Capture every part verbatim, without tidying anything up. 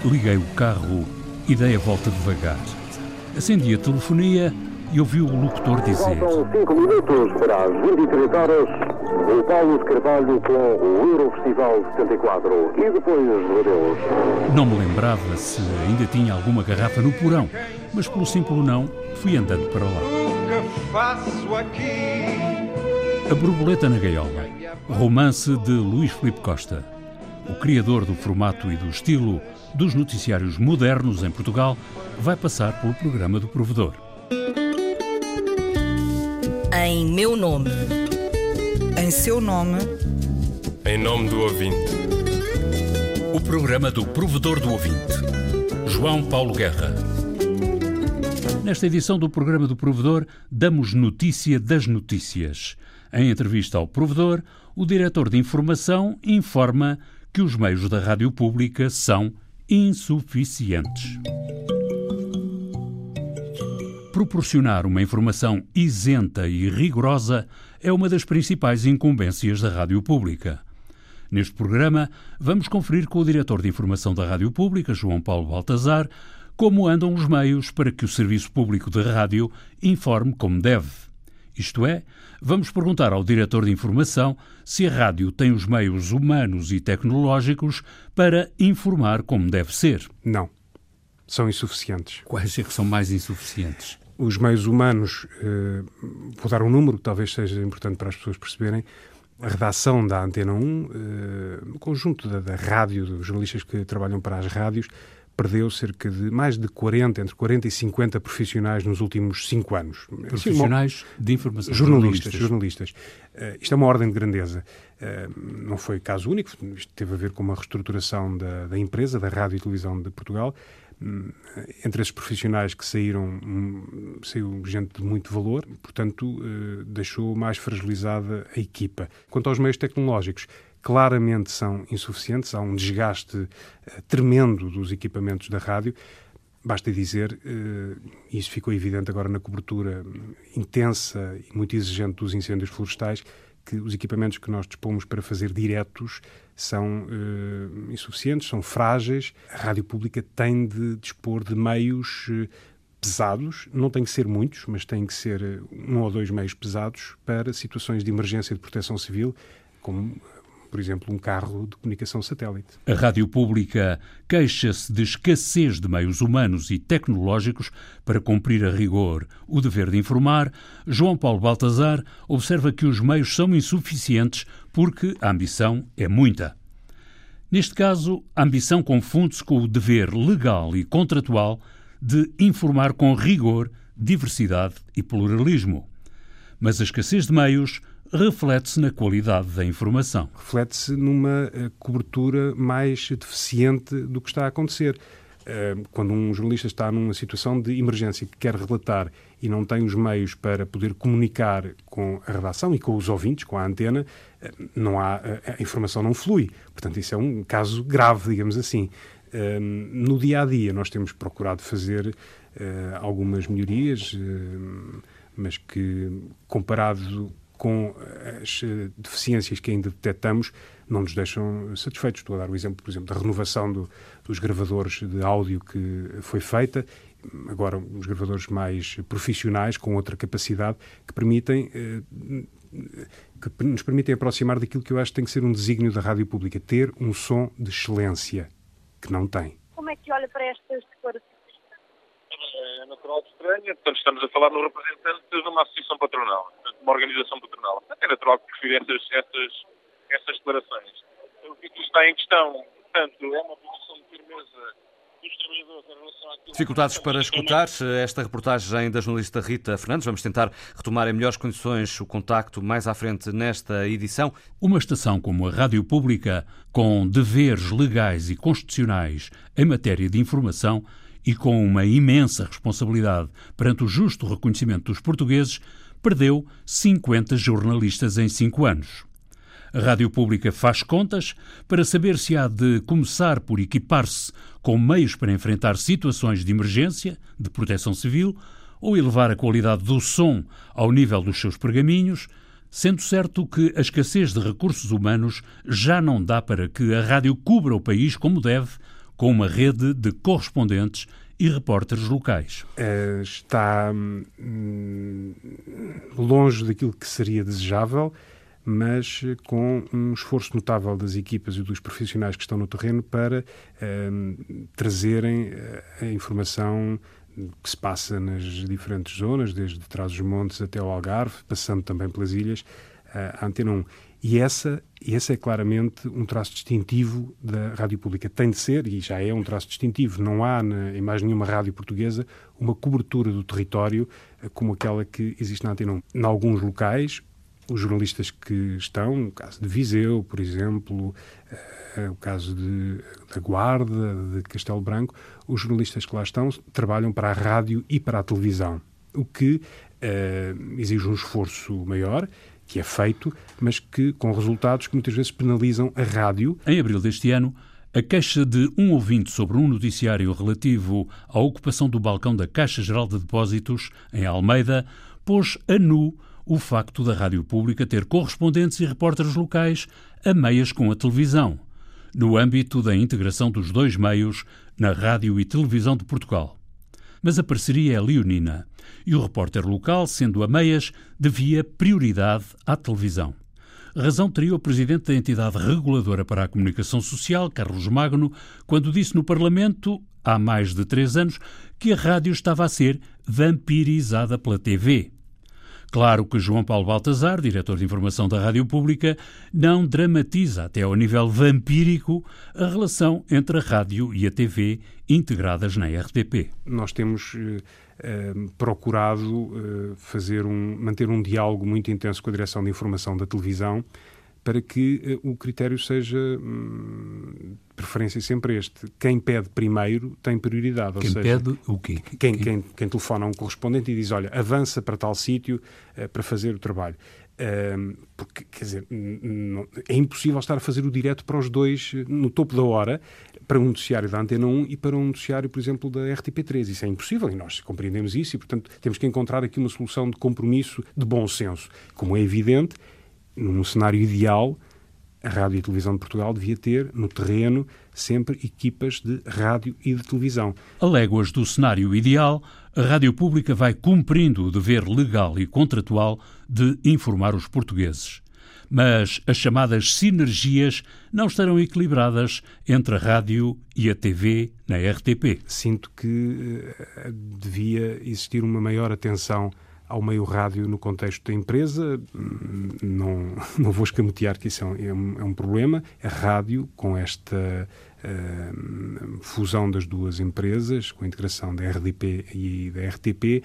Liguei o carro e dei a volta devagar. Acendi a telefonia e ouvi o locutor dizer: Faltam cinco minutos para as vinte e três horas. O Paulo de Carvalho com o Eurofestival setenta e quatro. E depois de Deus. Não me lembrava se ainda tinha alguma garrafa no porão, mas pelo simples não, fui andando para lá. O que faço aqui? A Borboleta na Gaiola, romance de Luís Filipe Costa. O criador do formato e do estilo dos noticiários modernos em Portugal vai passar pelo programa do Provedor. Em meu nome. Em seu nome. Em nome do ouvinte. O programa do Provedor do Ouvinte. João Paulo Guerra. Nesta edição do programa do Provedor, damos notícia das notícias. Em entrevista ao Provedor, o diretor de informação informa que os meios da rádio pública são insuficientes. Proporcionar uma informação isenta e rigorosa é uma das principais incumbências da rádio pública. Neste programa, vamos conferir com o diretor de informação da rádio pública, João Paulo Baltazar, como andam os meios para que o serviço público de rádio informe como deve. Isto é, vamos perguntar ao diretor de informação se a rádio tem os meios humanos e tecnológicos para informar como deve ser. Não. São insuficientes. Quais é que são mais insuficientes? Os meios humanos, eh, vou dar um número que talvez seja importante para as pessoas perceberem. A redação da Antena um, eh, o conjunto da, da rádio, dos jornalistas que trabalham para as rádios, perdeu cerca de mais de quarenta, entre quarenta e cinquenta profissionais nos últimos cinco anos. Profissionais Sim, de informação. Jornalistas. jornalistas. Uh, isto é uma ordem de grandeza. Uh, não foi caso único, isto teve a ver com uma reestruturação da, da empresa, da Rádio e Televisão de Portugal. Uh, entre esses profissionais que saíram, um, saiu gente de muito valor, portanto, uh, deixou mais fragilizada a equipa. Quanto aos meios tecnológicos, claramente são insuficientes, há um desgaste uh, tremendo dos equipamentos da rádio. Basta dizer, uh, e isso ficou evidente agora na cobertura intensa e muito exigente dos incêndios florestais, que os equipamentos que nós dispomos para fazer diretos são uh, insuficientes, são frágeis. A rádio pública tem de dispor de meios uh, pesados, não tem que ser muitos, mas tem que ser um ou dois meios pesados para situações de emergência de proteção civil, como, por exemplo, um carro de comunicação satélite. A rádio pública queixa-se de escassez de meios humanos e tecnológicos para cumprir a rigor o dever de informar. João Paulo Baltazar observa que os meios são insuficientes porque a ambição é muita. Neste caso, a ambição confunde-se com o dever legal e contratual de informar com rigor, diversidade e pluralismo. Mas a escassez de meios reflete-se na qualidade da informação. Reflete-se numa uh, cobertura mais deficiente do que está a acontecer. Uh, quando um jornalista está numa situação de emergência que quer relatar e não tem os meios para poder comunicar com a redação e com os ouvintes, com a antena, uh, não há, uh, a informação não flui. Portanto, isso é um caso grave, digamos assim. Uh, no dia-a-dia nós temos procurado fazer uh, algumas melhorias, uh, mas que, comparado com as deficiências que ainda detectamos, não nos deixam satisfeitos. Estou a dar o exemplo, por exemplo, da renovação do, dos gravadores de áudio que foi feita, agora os gravadores mais profissionais, com outra capacidade, que permitem, que nos permitem aproximar daquilo que eu acho que tem que ser um desígnio da rádio pública, ter um som de excelência, que não tem. Como é que olha para estas declarações? É natural de estranha, portanto estamos a falar no representante de uma associação patronal, uma organização patronal. Portanto, é natural que prefira essas, essas, essas declarações. O que está em questão, portanto, é uma posição de firmeza dos trabalhadores em relação àquilo... Dificuldades para escutar esta reportagem da jornalista Rita Fernandes. Vamos tentar retomar em melhores condições o contacto mais à frente nesta edição. Uma estação como a Rádio Pública, com deveres legais e constitucionais em matéria de informação e com uma imensa responsabilidade perante o justo reconhecimento dos portugueses, perdeu cinquenta jornalistas em cinco anos. A Rádio Pública faz contas para saber se há de começar por equipar-se com meios para enfrentar situações de emergência, de proteção civil, ou elevar a qualidade do som ao nível dos seus pergaminhos, sendo certo que a escassez de recursos humanos já não dá para que a rádio cubra o país como deve, com uma rede de correspondentes e repórteres locais. Uh, está hum, longe daquilo que seria desejável, mas com um esforço notável das equipas e dos profissionais que estão no terreno para hum, trazerem a informação que se passa nas diferentes zonas, desde Trás-os-Montes até ao Algarve, passando também pelas ilhas, à Antena um. E essa, esse é claramente um traço distintivo da rádio pública. Tem de ser, e já é um traço distintivo. Não há na, em mais nenhuma rádio portuguesa uma cobertura do território como aquela que existe na Antena um. Em alguns locais, os jornalistas que estão, no caso de Viseu, por exemplo, uh, o caso de, da Guarda, de Castelo Branco, os jornalistas que lá estão trabalham para a rádio e para a televisão, o que uh, exige um esforço maior, que é feito, mas que com resultados que muitas vezes penalizam a rádio. Em abril deste ano, a queixa de um ouvinte sobre um noticiário relativo à ocupação do balcão da Caixa Geral de Depósitos, em Almeida, pôs a nu o facto da rádio pública ter correspondentes e repórteres locais a meias com a televisão, no âmbito da integração dos dois meios na Rádio e Televisão de Portugal. Mas a parceria é leonina e o repórter local, sendo a meias, devia prioridade à televisão. Razão teria o presidente da entidade reguladora para a comunicação social, Carlos Magno, quando disse no Parlamento, há mais de três anos, que a rádio estava a ser vampirizada pela T V. Claro que João Paulo Baltazar, diretor de informação da Rádio Pública, não dramatiza até ao nível vampírico a relação entre a rádio e a T V integradas na R T P. Nós temos eh, procurado eh, fazer um, manter um diálogo muito intenso com a direção de informação da televisão para que eh, o critério seja, hum, preferência sempre este. Quem pede primeiro tem prioridade. Quem ou seja, pede o quê? Quem, quem, quem telefona a um correspondente e diz, olha, avança para tal sítio uh, para fazer o trabalho. Uh, porque, quer dizer, não, é impossível estar a fazer o direto para os dois no topo da hora, para um noticiário da Antena um e para um noticiário, por exemplo, da R T P três. Isso é impossível e nós compreendemos isso e, portanto, temos que encontrar aqui uma solução de compromisso de bom senso. Como é evidente, num cenário ideal, a Rádio e a Televisão de Portugal devia ter, no terreno, sempre equipas de rádio e de televisão. A léguas do cenário ideal, a Rádio Pública vai cumprindo o dever legal e contratual de informar os portugueses. Mas as chamadas sinergias não estarão equilibradas entre a rádio e a T V na R T P. Sinto que uh, devia existir uma maior atenção ao meio rádio no contexto da empresa. Não, não vou escamotear que isso é um, é um problema. A rádio, com esta uh, fusão das duas empresas, com a integração da R D P e da R T P,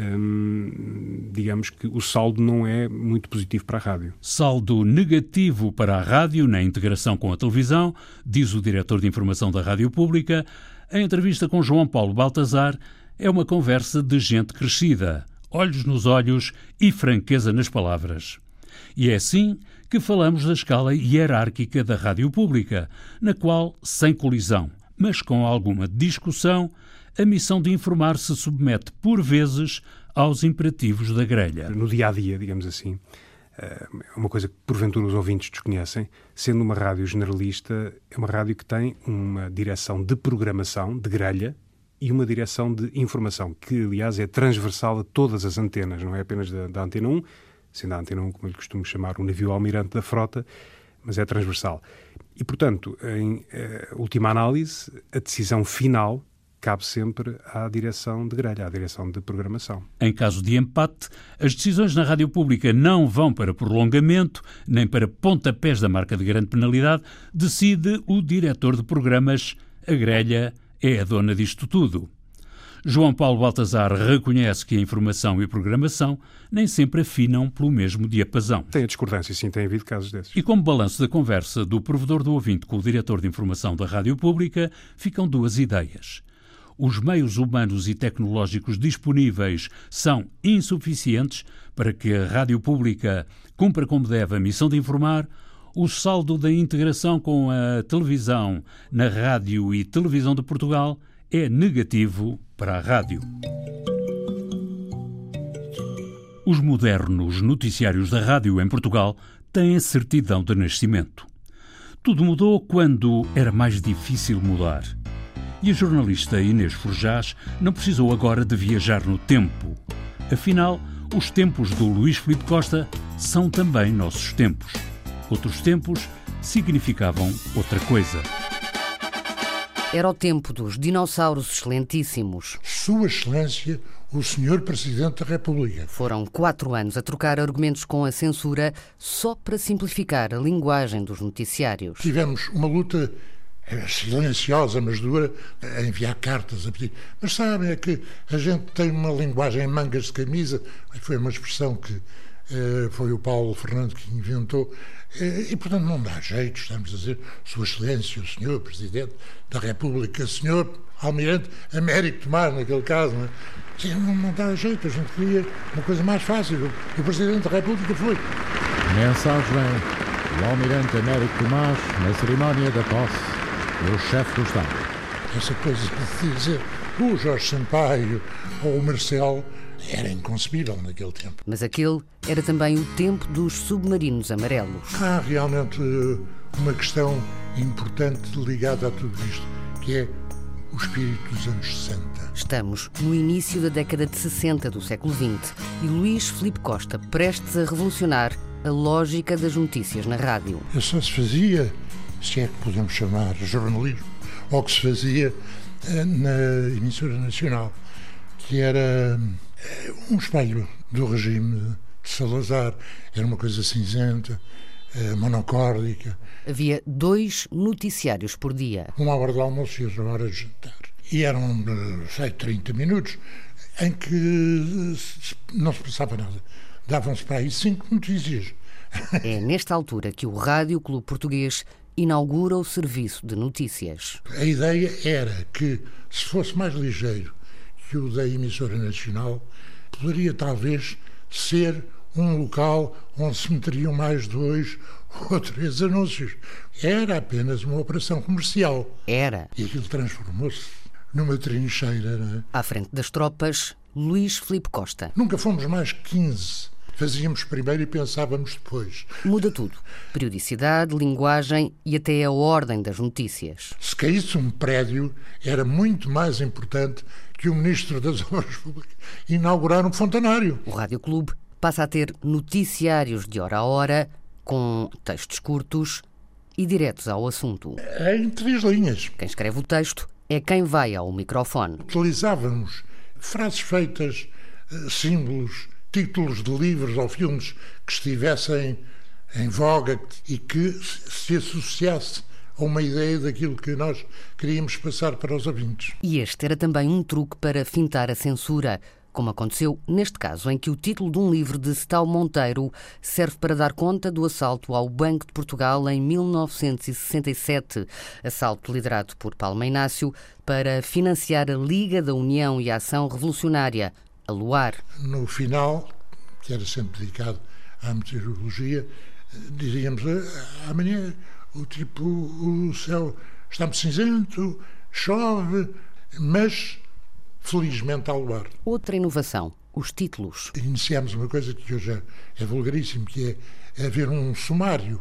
um, digamos que o saldo não é muito positivo para a rádio. Saldo negativo para a rádio na integração com a televisão, diz o diretor de informação da Rádio Pública. A entrevista com João Paulo Baltazar é uma conversa de gente crescida, olhos nos olhos e franqueza nas palavras. E é assim que falamos da escala hierárquica da Rádio Pública, na qual, sem colisão, mas com alguma discussão, a missão de informar se submete por vezes aos imperativos da grelha. No dia-a-dia, digamos assim, é uma coisa que porventura os ouvintes desconhecem, sendo uma rádio generalista, é uma rádio que tem uma direção de programação, de grelha, e uma direção de informação, que, aliás, é transversal a todas as antenas, não é apenas da, da Antena um, sendo a Antena um, como eu lhe costumo chamar, o navio almirante da frota, mas é transversal. E, portanto, em eh, última análise, a decisão final cabe sempre à direção de grelha, à direção de programação. Em caso de empate, as decisões na Rádio Pública não vão para prolongamento, nem para pontapés da marca de grande penalidade, decide o diretor de programas, a grelha é a dona disto tudo. João Paulo Baltazar reconhece que a informação e a programação nem sempre afinam pelo mesmo diapasão. Tem a discordância, sim, tem havido casos desses. E como balanço da conversa do provedor do ouvinte com o diretor de informação da Rádio Pública, ficam duas ideias. Os meios humanos e tecnológicos disponíveis são insuficientes para que a Rádio Pública cumpra como deve a missão de informar. O saldo da integração com a televisão na Rádio e Televisão de Portugal é negativo para a rádio. Os modernos noticiários da rádio em Portugal têm a certidão de nascimento. Tudo mudou quando era mais difícil mudar. E a jornalista Inês Forjás não precisou agora de viajar no tempo. Afinal, os tempos do Luís Filipe Costa são também nossos tempos. Outros tempos significavam outra coisa. Era o tempo dos dinossauros excelentíssimos. Sua Excelência, o senhor Presidente da República. Foram quatro anos a trocar argumentos com a censura só para simplificar a linguagem dos noticiários. Tivemos uma luta silenciosa, mas dura, a enviar cartas, a pedir. Mas sabem, é que a gente tem uma linguagem em mangas de camisa. Foi uma expressão que eh, foi o Paulo Fernando que inventou. Eh, e, portanto, não dá jeito, estamos a dizer, Sua Excelência, o senhor Presidente da República, senhor Almirante Américo Tomás, naquele caso, não é? Sim, não, não dá jeito, a gente queria uma coisa mais fácil. O Presidente da República foi. Mensagem do Almirante Américo Tomás na cerimónia da posse do chefe do Estado. Essa coisa de dizer o Jorge Sampaio ou o Marcelo era inconcebível naquele tempo. Mas aquele era também o tempo dos submarinos amarelos. Há realmente uma questão importante ligada a tudo isto, que é o espírito dos anos sessenta. Estamos no início da década de sessenta do século vinte e Luís Filipe Costa prestes a revolucionar a lógica das notícias na rádio. Só se fazia, se é que podemos chamar jornalismo, ou que se fazia na emissora nacional, que era um espelho do regime de Salazar. Era uma coisa cinzenta, monocórdica. Havia dois noticiários por dia. Uma hora de almoço e outra hora de jantar. E eram, sei, trinta minutos em que não se passava nada. Davam-se para aí cinco notícias. É nesta altura que o Rádio Clube Português inaugura o serviço de notícias. A ideia era que, se fosse mais ligeiro que o da emissora nacional, poderia talvez ser um local onde se meteriam mais dois ou três anúncios. Era apenas uma operação comercial. Era. E aquilo transformou-se numa trincheira, não é? À frente das tropas, Luís Filipe Costa. Nunca fomos mais quinze. Fazíamos primeiro e pensávamos depois. Muda tudo. Periodicidade, linguagem e até a ordem das notícias. Se caísse um prédio, era muito mais importante que o Ministro das Obras Públicas inaugurar um fontanário. O Rádio Clube passa a ter noticiários de hora a hora, com textos curtos e diretos ao assunto. Em três linhas. Quem escreve o texto é quem vai ao microfone. Utilizávamos frases feitas, símbolos, títulos de livros ou filmes que estivessem em voga e que se associasse a uma ideia daquilo que nós queríamos passar para os ouvintes. E este era também um truque para fintar a censura, como aconteceu neste caso, em que o título de um livro de Setão Monteiro serve para dar conta do assalto ao Banco de Portugal em mil novecentos e sessenta e sete, assalto liderado por Palma Inácio para financiar a Liga da União e a Ação Revolucionária, a Luar. No final, que era sempre dedicado à meteorologia, diríamos, amanhã o tipo, o céu está muito cinzento, chove, mas felizmente ao luar. Outra inovação, os títulos. Iniciámos uma coisa que hoje é vulgaríssimo, que é haver um sumário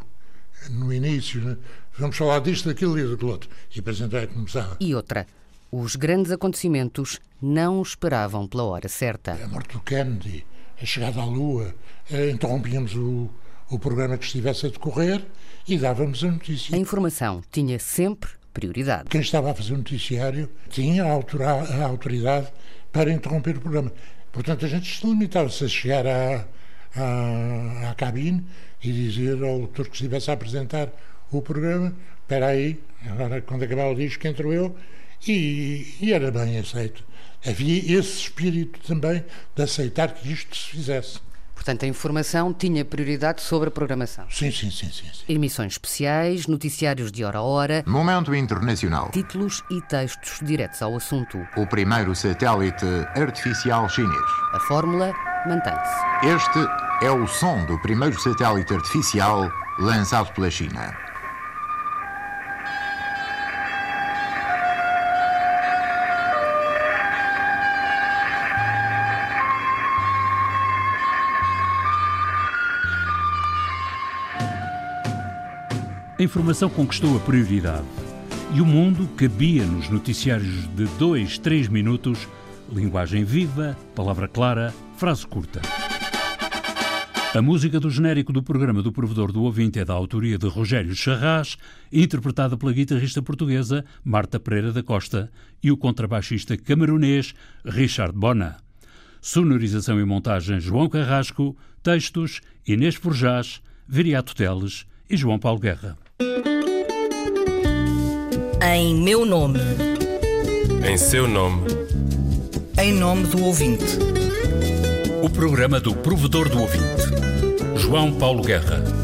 no início, né? Vamos falar disto, daquilo e daquilo outro. E depois então é que começava. E outra, os grandes acontecimentos não esperavam pela hora certa. A morte do Kennedy, a chegada à Lua, interrompíamos o, o programa que estivesse a decorrer e dávamos a notícia. A informação tinha sempre prioridade. Quem estava a fazer o noticiário tinha a, autora, a autoridade para interromper o programa. Portanto, a gente se limitava-se a chegar à, à, à cabine e dizer ao doutor que estivesse a apresentar o programa: espera aí, agora quando acabar o disco entro eu. E, e era bem aceito. Havia esse espírito também de aceitar que isto se fizesse. Portanto, a informação tinha prioridade sobre a programação. Sim, sim, sim, sim, sim. Emissões especiais, noticiários de hora a hora. Momento internacional. Títulos e textos diretos ao assunto. O primeiro satélite artificial chinês. A fórmula mantém-se. Este é o som do primeiro satélite artificial lançado pela China. A informação conquistou a prioridade. e o mundo cabia nos noticiários de dois, três minutos, linguagem viva, palavra clara, frase curta. A música do genérico do programa do Provedor do Ouvinte é da autoria de Rogério Charras, interpretada pela guitarrista portuguesa Marta Pereira da Costa e o contrabaixista camerunês Richard Bona. Sonorização e montagem João Carrasco, textos Inês Forjás, Viriato Teles e João Paulo Guerra. Em meu nome. Em seu nome. Em nome do ouvinte. O programa do Provedor do Ouvinte. João Paulo Guerra.